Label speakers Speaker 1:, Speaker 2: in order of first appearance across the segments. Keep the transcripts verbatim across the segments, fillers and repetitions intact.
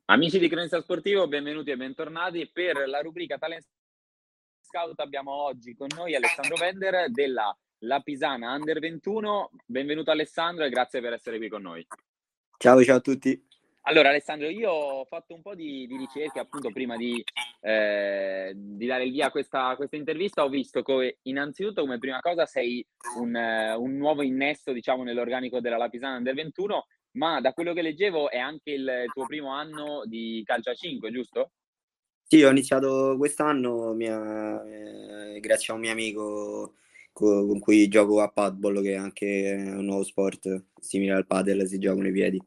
Speaker 1: Amici di Cronista Sportivo, benvenuti e bentornati. Per la rubrica Talent Scout abbiamo oggi con noi Alessandro Bender della Lapisana Under ventuno. Benvenuto Alessandro e grazie per essere qui con noi.
Speaker 2: Ciao, ciao a tutti.
Speaker 1: Allora Alessandro, io ho fatto un po' di, di ricerche appunto prima di, eh, di dare il via a questa, questa intervista. Ho visto che innanzitutto come prima cosa sei un, eh, un nuovo innesto diciamo nell'organico della Lapisana Under ventuno, ma da quello che leggevo è anche il tuo primo anno di calcio a cinque, giusto?
Speaker 2: Sì, ho iniziato quest'anno mia- eh, grazie a un mio amico co- con cui gioco a paddball, che è anche un nuovo sport simile al padel, si giocano i piedi.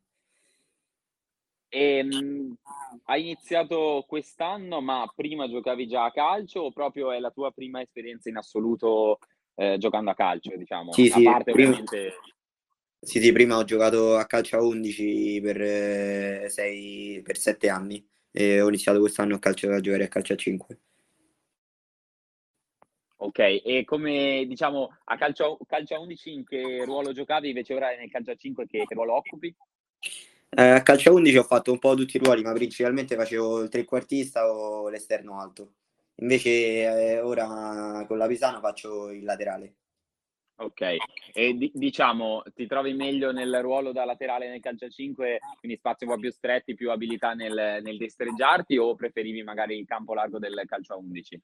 Speaker 1: Ehm, hai iniziato quest'anno, ma prima giocavi già a calcio o proprio è la tua prima esperienza in assoluto, ehm, giocando a calcio, diciamo?
Speaker 2: Sì,
Speaker 1: A
Speaker 2: sì,
Speaker 1: parte
Speaker 2: prima,
Speaker 1: ovviamente
Speaker 2: sì, sì, prima ho giocato a calcio a undici per, eh, sei, per sette anni e ho iniziato quest'anno a, calcio, a giocare a calcio a cinque.
Speaker 1: okay, e come diciamo a calcio a calcio a undici in che ruolo giocavi, invece ora nel calcio a cinque che che ruolo occupi?
Speaker 2: Eh, a calcio a undici ho fatto un po' tutti i ruoli, ma principalmente facevo il trequartista o l'esterno alto. Invece eh, ora con la Pisana faccio il laterale.
Speaker 1: Okay. E di diciamo, ti trovi meglio nel ruolo da laterale nel calcio a cinque, quindi spazi un po' più stretti, più abilità nel nel destreggiarti o preferivi magari il campo largo del calcio a undici?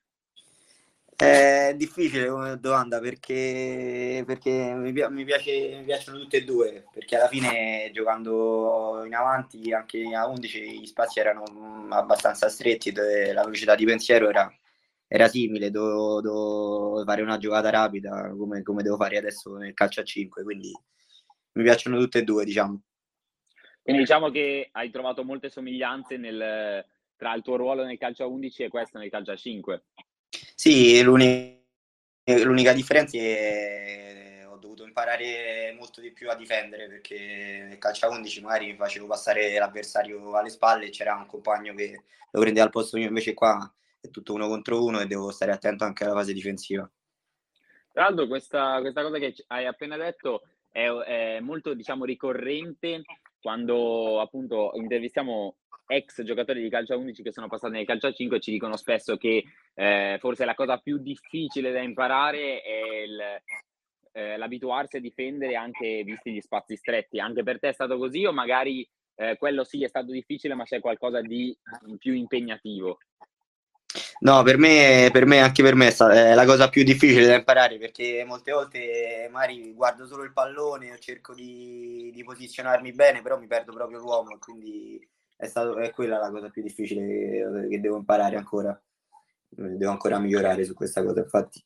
Speaker 2: È difficile come domanda perché, perché mi, pi- mi piace, mi piacciono tutte e due, perché alla fine giocando in avanti anche a undici gli spazi erano mm, abbastanza stretti, dove la velocità di pensiero era, era simile, dovevo, dovevo fare una giocata rapida come, come devo fare adesso nel calcio a cinque, quindi mi piacciono tutte e due, diciamo.
Speaker 1: Quindi diciamo che hai trovato molte somiglianze nel tra il tuo ruolo nel calcio a undici e questo nel calcio a cinque.
Speaker 2: Sì, l'uni- l'unica differenza è che ho dovuto imparare molto di più a difendere, perché nel calcio a undici magari mi facevo passare l'avversario alle spalle e c'era un compagno che lo prendeva al posto mio, invece qua è tutto uno contro uno e devo stare attento anche alla fase difensiva.
Speaker 1: Tra l'altro questa questa cosa che c hai appena detto è o è molto, diciamo, ricorrente quando, appunto, intervistiamo ex giocatori di calcio a undici che sono passati nel calcio a cinque e ci dicono spesso che, ehm, forse la cosa più difficile da imparare è il ehm, l'abituarsi a difendere anche visti gli spazi stretti. Anche per te è stato così o magari, ehm, quello sì è stato difficile, ma c'è qualcosa di, mhmm, più impegnativo?
Speaker 2: No, per me, per me, anche per me è, sta- è la cosa più difficile da imparare, perché molte volte magari guardo solo il pallone o cerco di, di posizionarmi bene, però mi perdo proprio l'uomo, e quindi è, stato, è quella la cosa più difficile che, che devo imparare ancora. Devo ancora migliorare su questa cosa, infatti.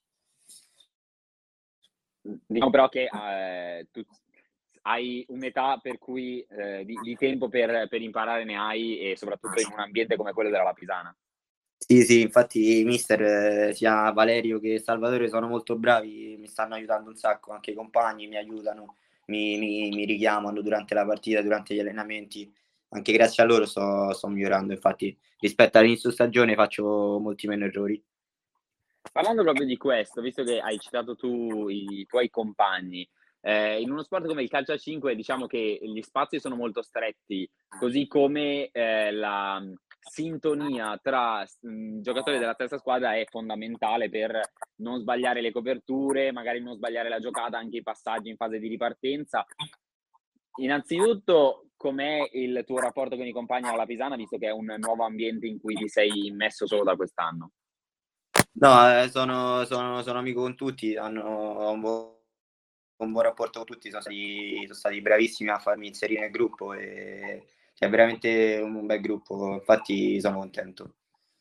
Speaker 1: Mh, diciamo però che, ehm, tu hai un'età per cui, ehm, di di tempo per per imparare ne hai e soprattutto in un ambiente come quello della Lapisana.
Speaker 2: Sì, sì, infatti i mister, eh, sia Valerio che Salvatore sono molto bravi, mi stanno aiutando un sacco, anche i compagni mi aiutano, mi, mi- mi richiamano durante la partita, durante gli allenamenti, anche grazie a loro sto, sto migliorando, infatti rispetto all'inizio stagione faccio molti meno errori.
Speaker 1: Parlando proprio di questo, visto che hai citato tu i tuoi compagni, ehm, in uno sport come il calcio a cinque diciamo che gli spazi sono molto stretti, così come, ehm, la, mhmm, sintonia tra s mhmm, giocatori della stessa squadra è fondamentale per non sbagliare le coperture, magari non sbagliare la giocata, anche i passaggi in fase di ripartenza. Innanzitutto, com'è il tuo rapporto con i compagni alla Pisana, visto che è un nuovo ambiente in cui ti sei immesso solo da quest'anno?
Speaker 2: No, eh, sono, sono- sono amico con tutti, hanno ho un, buon, un buon rapporto con tutti, sono stati, sono stati bravissimi a farmi inserire nel gruppo e è veramente un bel gruppo, infatti sono contento.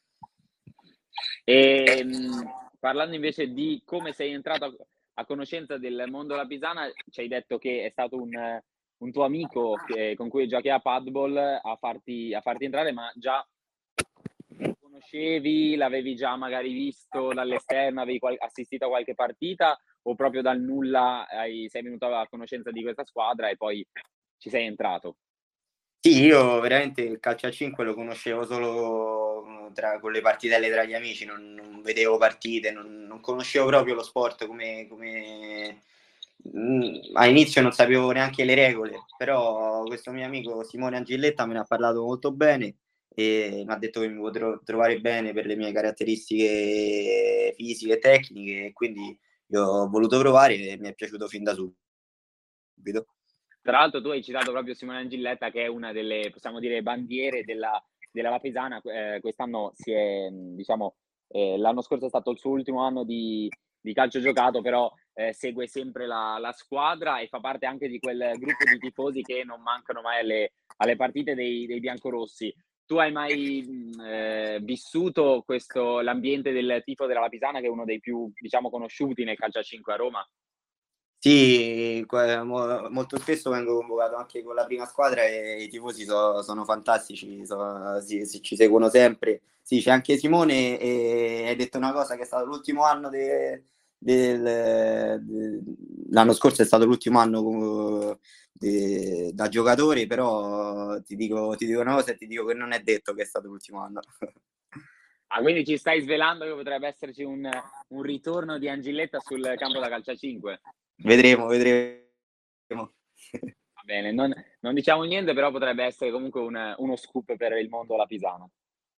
Speaker 1: Ehm, parlando invece di come sei entrato a a conoscenza del mondo della Pisana, ci hai detto che è stato un un tuo amico che con cui giochi a paddball a farti a farti entrare, ma già lo conoscevi, l'avevi già magari visto dall'esterno, avevi qual assistito a qualche partita o proprio dal nulla hai sei venuto a conoscenza di questa squadra e poi ci sei entrato?
Speaker 2: Sì, io veramente il calcio a cinque lo conoscevo solo mm, tra, con le partitelle tra gli amici, non, non vedevo partite, non, non conoscevo proprio lo sport come, come... Mm, all'inizio non sapevo neanche le regole, però questo mio amico Simone Angilletta me ne ha parlato molto bene e mi ha detto che mi potrò trovare bene per le mie caratteristiche fisiche e tecniche, e quindi io ho voluto provare e mi è piaciuto fin da subito.
Speaker 1: Tra l'altro tu hai citato proprio Simone Angilletta, che è una delle, possiamo dire, bandiere della della Lapesana. Ehm, quest'anno si è, mhmm, diciamo, ehm, l'anno scorso è stato il suo ultimo anno di di calcio giocato, però, ehm, segue sempre la la squadra e fa parte anche di quel gruppo di tifosi che non mancano mai alle alle partite dei dei biancorossi. Tu hai mai, mhmm, ehm, vissuto questo l'ambiente del tifo della Lapisana, che è uno dei più, diciamo, conosciuti nel calcio a cinque a Roma?
Speaker 2: Sì, que mo molto spesso vengo convocato anche con la prima squadra e i tifosi so sono fantastici, so si si ci seguono sempre. Sì, c'è anche Simone, e hai detto una cosa, che è stato l'ultimo anno de del de l'anno scorso è stato l'ultimo anno co de da giocatore, però ti dico ti dico una cosa e ti dico che non è detto che è stato l'ultimo anno.
Speaker 1: Ah, quindi ci stai svelando che potrebbe esserci un un ritorno di Angilletta sul campo da calcio a cinque?
Speaker 2: Vedremo, vedremo.
Speaker 1: Va bene, non non diciamo niente, però potrebbe essere comunque un uno scoop per il mondo lapisano.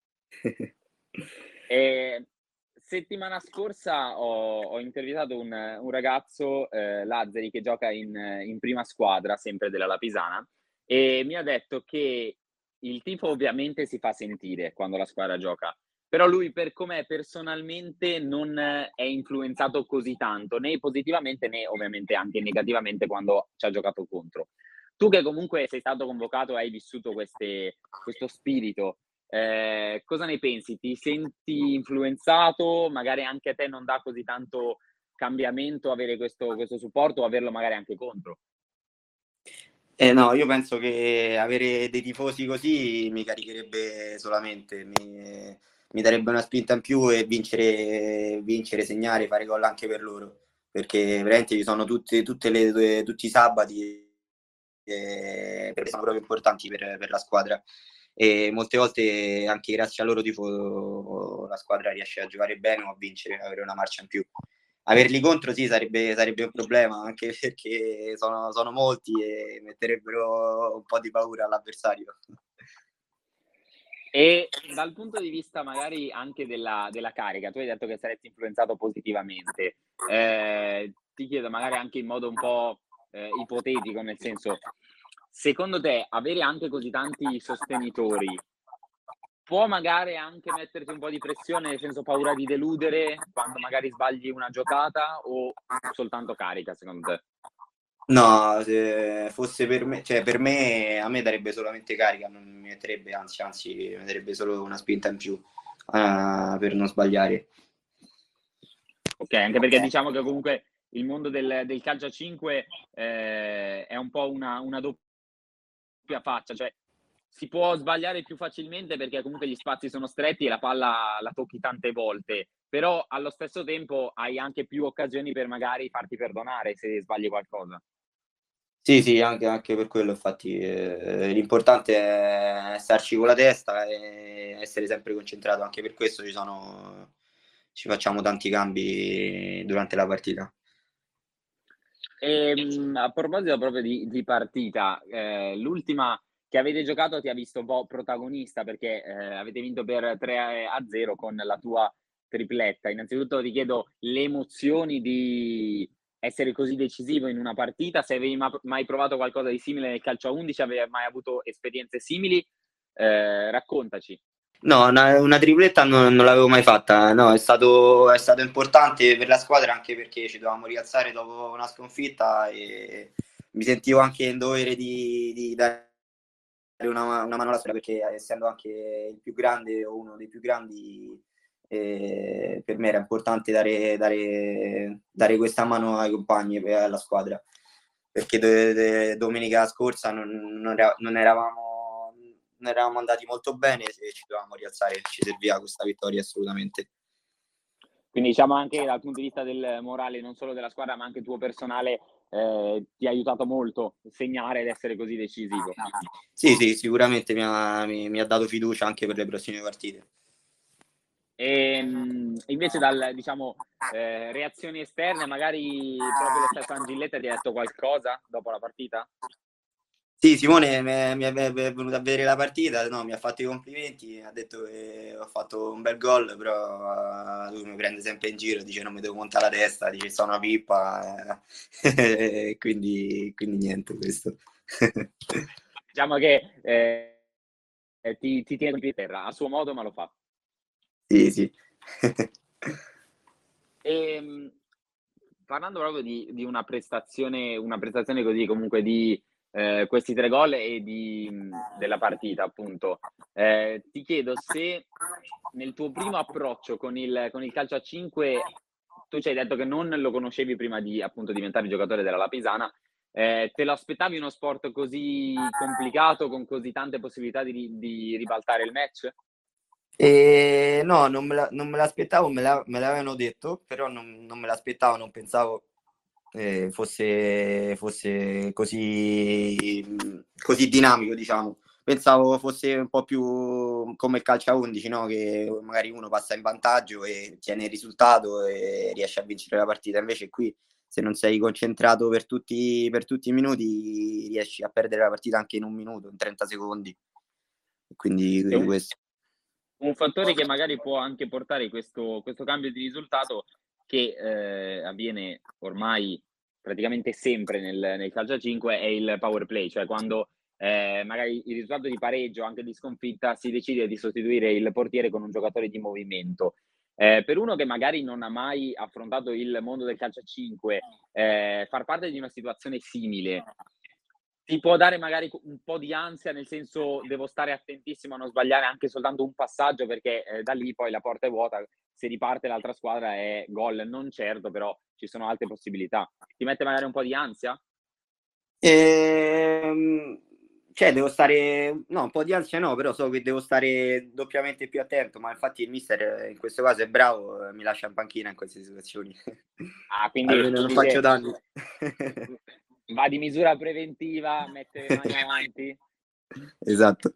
Speaker 1: Ehm, settimana scorsa ho ho intervistato un un ragazzo, ehm, Lazzari, che gioca in in prima squadra, sempre della Lapisana, e mi ha detto che il tifo ovviamente si fa sentire quando la squadra gioca, però lui, per com'è personalmente, non è influenzato così tanto, né positivamente né ovviamente anche negativamente quando ci ha giocato contro. Tu che comunque sei stato convocato e hai vissuto queste questo spirito, Ehm, cosa ne pensi? Ti senti influenzato? Magari anche a te non dà così tanto cambiamento avere questo questo supporto o averlo magari anche contro?
Speaker 2: Eh no, io penso che avere dei tifosi così mi caricherebbe solamente, mi, mi darebbe una spinta in più, e vincere, vincere, segnare, fare gol anche per loro, perché veramente ci sono tutte, tutte le, tutti i sabati, eh, perché sono proprio importanti per, per la squadra, e molte volte anche grazie al loro tifo la squadra riesce a giocare bene o a vincere, avere una marcia in più. Averli contro sì, sarebbe, sarebbe un problema, anche perché sono, sono molti e metterebbero un po' di paura all'avversario.
Speaker 1: E dal punto di vista magari anche della della carica, tu hai detto che saresti influenzato positivamente. Ehm, ti chiedo magari anche in modo un po', ehm, ipotetico, nel senso, secondo te avere anche così tanti sostenitori può magari anche metterti un po' di pressione, nel senso paura di deludere quando magari sbagli una giocata, o soltanto carica secondo te?
Speaker 2: No, se fosse per me, cioè per me, a me darebbe solamente carica, non mi metterebbe, anzi, anzi, mi darebbe solo una spinta in più, uh, per non sbagliare.
Speaker 1: Okay, anche perché diciamo che comunque il mondo del del calcio a cinque, ehm, è un po' una una doppia faccia, cioè si può sbagliare più facilmente perché comunque gli spazi sono stretti e la palla la tocchi tante volte, però allo stesso tempo hai anche più occasioni per magari farti perdonare se sbagli qualcosa.
Speaker 2: Sì, sì, anche, anche per quello, infatti, eh, l'importante è starci con la testa e essere sempre concentrato, anche per questo ci sono, ci facciamo tanti cambi durante la partita.
Speaker 1: Ehm, a proposito proprio di di partita, ehm, l'ultima che avete giocato ti ha visto un po' protagonista perché, ehm, avete vinto per tre a zero con la tua tripletta. Innanzitutto ti chiedo le emozioni di essere così decisivo in una partita, se avevi ma mai provato qualcosa di simile nel calcio a undici, avevi mai avuto esperienze simili? Ehm, raccontaci.
Speaker 2: No, una, una tripletta non, non l'avevo mai fatta, no, è stato, è stato importante per la squadra, anche perché ci dovevamo rialzare dopo una sconfitta, e mi sentivo anche in dovere di, di dare una, una mano alla squadra, perché essendo anche il più grande o uno dei più grandi, eh, per me era importante dare, dare, dare questa mano ai compagni e alla squadra, perché de, de, domenica scorsa non, non, era, non eravamo non eravamo andati molto bene e ci dovevamo rialzare, ci serviva questa vittoria assolutamente.
Speaker 1: Quindi diciamo anche dal punto di vista del morale, non solo della squadra, ma anche tuo personale, ehm, ti ha aiutato molto segnare ed essere così decisivo.
Speaker 2: Sì, sì, sicuramente mi ha, mi, mi ha dato fiducia anche per le prossime partite.
Speaker 1: Ehm, invece dal diciamo, ehm, reazioni esterne, magari proprio lo stesso Angilletta ti ha detto qualcosa dopo la partita?
Speaker 2: Sì, Simone mi mi è mi è venuto a vedere la partita, no, mi ha fatto i complimenti, ha detto che ho fatto un bel gol, però eh, lui mi prende sempre in giro, dice non mi devo montare la testa, dice sono una pippa, eh, quindi, quindi niente questo.
Speaker 1: Diciamo che eh, ti, ti tiene in terra, a suo modo, ma lo fa.
Speaker 2: Sì, sì.
Speaker 1: Ehm, Parlando proprio di di una prestazione una prestazione così, comunque di, ehm, questi tre gol e di mhmm, della partita appunto, ehm, ti chiedo se nel tuo primo approccio con il con il calcio a cinque, tu ci hai detto che non lo conoscevi prima di, appunto, diventare giocatore della Lapisana, ehm, te lo aspettavi uno sport così complicato, con così tante possibilità di ri di ribaltare il match?
Speaker 2: E no, non me la- non me l'aspettavo, me la- me l'avevano detto, però non, non me l'aspettavo, non pensavo eh, fosse, fosse così, così dinamico, diciamo. Pensavo fosse un po' più come il calcio a undici, no? Che magari uno passa in vantaggio e tiene il risultato e riesce a vincere la partita. Invece qui, se non sei concentrato per tutti, per tutti i minuti, riesci a perdere la partita anche in un minuto, in trenta secondi. Quindi,
Speaker 1: È
Speaker 2: quindi
Speaker 1: un
Speaker 2: questo.
Speaker 1: Un fattore che magari può anche portare questo questo cambio di risultato che, ehm, avviene ormai praticamente sempre nel nel calcio a cinque è il power play, cioè quando, ehm, magari il risultato di pareggio o anche di sconfitta si decide di sostituire il portiere con un giocatore di movimento. Ehm, per uno che magari non ha mai affrontato il mondo del calcio a cinque, ehm, far parte di una situazione simile ti può dare magari co un po' di ansia, nel senso: "Devo stare attentissimo a non sbagliare anche soltanto un passaggio perché, ehm, da lì poi la porta è vuota, se riparte l'altra squadra è gol non certo, però ci sono altre possibilità." Ti mette magari un po' di ansia?
Speaker 2: Ehm, cioè devo stare no, un po' di ansia no, però so che devo stare doppiamente più attento, ma infatti il mister eh, in questo caso è bravo, eh, mi lascia in panchina in queste situazioni.
Speaker 1: Ah, quindi
Speaker 2: Almeno non faccio
Speaker 1: dice
Speaker 2: danni.
Speaker 1: va di misura preventiva, mette le mani avanti?
Speaker 2: Esatto.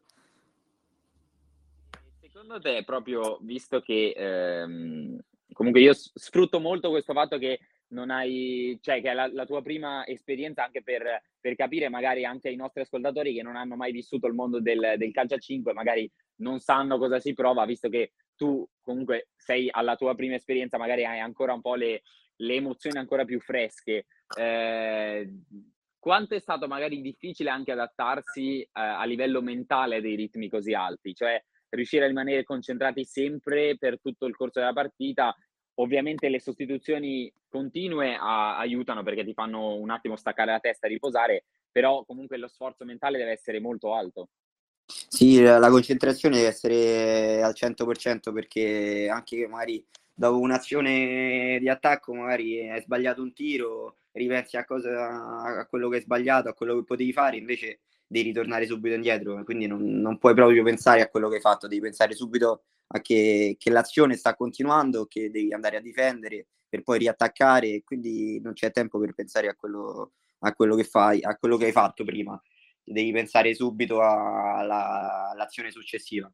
Speaker 1: E secondo te, proprio visto che, ehm, comunque io s sfrutto molto questo fatto che non hai cioè che è la la tua prima esperienza anche per per capire magari anche ai nostri ascoltatori che non hanno mai vissuto il mondo del del calcio a cinque, magari non sanno cosa si prova, visto che tu comunque sei alla tua prima esperienza, magari hai ancora un po' le le emozioni ancora più fresche. Ehm, Quanto è stato magari difficile anche adattarsi, ehm, a livello mentale a dei ritmi così alti? Cioè, riuscire a rimanere concentrati sempre per tutto il corso della partita. Ovviamente le sostituzioni continue a aiutano perché ti fanno un attimo staccare la testa e riposare, però comunque lo sforzo mentale deve essere molto alto.
Speaker 2: Sì, la la concentrazione deve essere al cento per cento perché anche magari dopo un'azione di attacco, magari hai sbagliato un tiro, ripensi a cosa a quello che hai sbagliato, a quello che potevi fare, invece devi ritornare subito indietro, quindi non non puoi proprio pensare a quello che hai fatto, devi pensare subito a che che l'azione sta continuando, che devi andare a difendere per poi riattaccare e quindi non c'è tempo per pensare a quello a quello che fai a quello che hai fatto prima. Devi pensare subito alla all'azione successiva.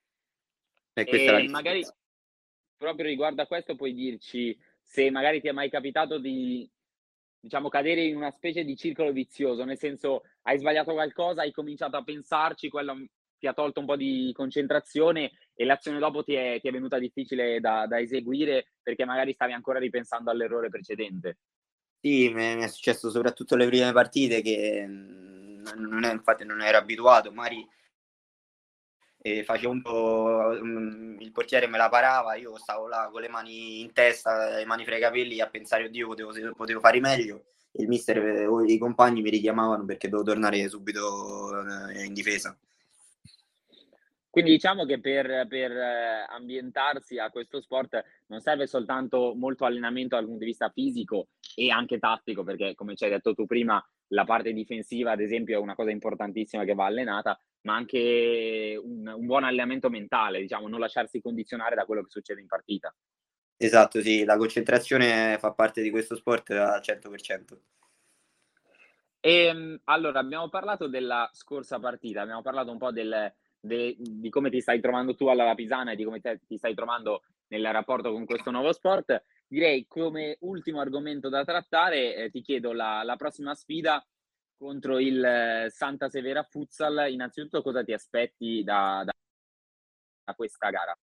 Speaker 2: E questa è la
Speaker 1: E
Speaker 2: differenza.
Speaker 1: magari proprio riguardo a questo puoi dirci se magari ti è mai capitato di, diciamo, cadere in una specie di circolo vizioso, nel senso hai sbagliato qualcosa, hai cominciato a pensarci, quello, mhmm, ti ha tolto un po' di concentrazione e l'azione dopo ti è ti è venuta difficile da da eseguire perché magari stavi ancora ripensando all'errore precedente.
Speaker 2: Sì, me mi è successo soprattutto le prime partite che, mhmm, non non è infatti non ero abituato, magari, ehm, facevo un po' mhmm, il portiere me la parava, io stavo là con le mani in testa, le mani fra i capelli a pensare: "Oddio potevo se potevo fare meglio." Il mister eh, o i compagni mi richiamavano perché dovevo tornare subito, ehm, in difesa.
Speaker 1: Quindi diciamo che per per eh, ambientarsi a questo sport non serve soltanto molto allenamento dal punto di vista fisico e anche tattico, perché come ci hai detto tu prima, la parte difensiva ad esempio è una cosa importantissima che va allenata, ma anche un un buon allenamento mentale, diciamo, non lasciarsi condizionare da quello che succede in partita.
Speaker 2: Esatto, sì, la concentrazione fa parte di questo sport al cento per cento.
Speaker 1: Ehm, allora abbiamo parlato della scorsa partita, abbiamo parlato un po' del de di come ti stai trovando tu alla Lapisana e di come te ti stai trovando nel rapporto con questo nuovo sport. Direi come ultimo argomento da trattare, ehm, ti chiedo la la prossima sfida contro il Santa Severa Futsal. Innanzitutto cosa ti aspetti da da da questa gara?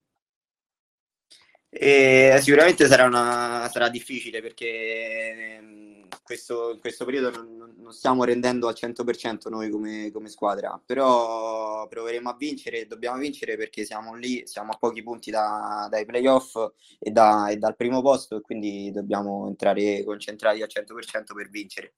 Speaker 2: E sicuramente sarà, una, sarà difficile perché ehm, questo, in questo periodo non, non stiamo rendendo al cento per cento noi come, come squadra, però proveremo a vincere, dobbiamo vincere perché siamo lì, siamo a pochi punti da, dai playoff e, da, e dal primo posto, e quindi dobbiamo entrare concentrati al cento per cento per vincere.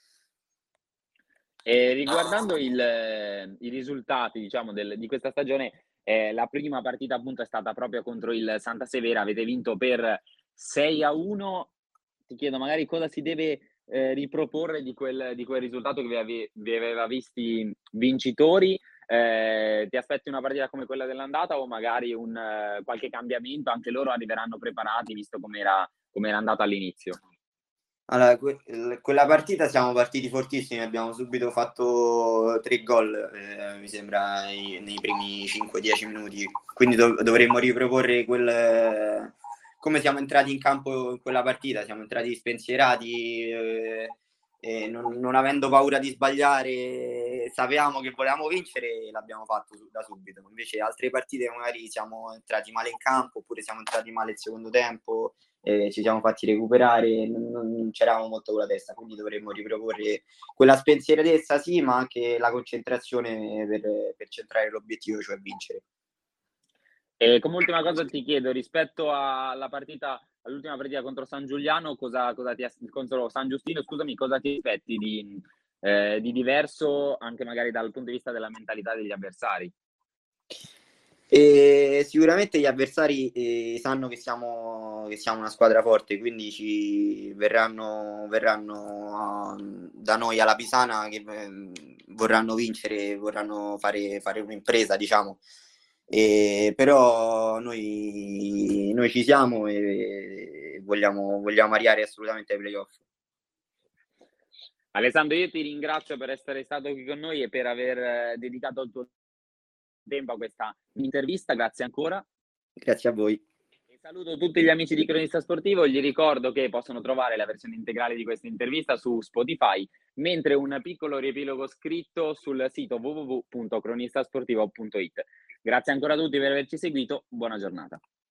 Speaker 1: E riguardando il, i risultati, diciamo, del, di questa stagione, eh, la prima partita appunto è stata proprio contro il Santa Severa, avete vinto per sei a uno. Ti chiedo magari cosa si deve eh, riproporre di quel, di quel risultato che vi, ave, vi aveva visti vincitori. Eh, ti aspetti una partita come quella dell'andata o magari un, uh, qualche cambiamento? Anche loro arriveranno preparati visto come era andata all'inizio.
Speaker 2: Allora, que- quella partita siamo partiti fortissimi, abbiamo subito fatto tre gol, eh, mi sembra, nei, nei primi cinque dieci minuti, quindi dov- dovremmo riproporre quel, come siamo entrati in campo in quella partita, siamo entrati spensierati, eh, e non, non avendo paura di sbagliare, sapevamo che volevamo vincere e l'abbiamo fatto su- da subito. Invece altre partite magari siamo entrati male in campo oppure siamo entrati male il secondo tempo, eh, ci siamo fatti recuperare, non, non c'eravamo molto con la testa, quindi dovremmo riproporre quella spensieratezza, sì, ma anche la concentrazione per, per centrare l'obiettivo, cioè vincere.
Speaker 1: E come ultima cosa ti chiedo, rispetto alla partita, all'ultima partita contro San Giuliano, cosa, cosa ti, contro San Giustino, scusami, cosa ti aspetti di, eh, di diverso anche magari dal punto di vista della mentalità degli avversari?
Speaker 2: E sicuramente gli avversari eh, sanno che siamo, che siamo una squadra forte, quindi ci verranno, verranno uh, da noi alla Pisana che eh, vorranno vincere, vorranno fare, fare un'impresa, diciamo. E, però noi, noi ci siamo e vogliamo, vogliamo arrivare assolutamente ai playoff.
Speaker 1: Alessandro, io ti ringrazio per essere stato qui con noi e per aver dedicato il tuo tempo a questa intervista, grazie ancora.
Speaker 2: Grazie a voi.
Speaker 1: E saluto tutti gli amici di Cronista Sportivo, gli ricordo che possono trovare la versione integrale di questa intervista su Spotify, mentre un piccolo riepilogo scritto sul sito w w w punto cronistasportivo punto it. Grazie ancora a tutti per averci seguito, buona giornata.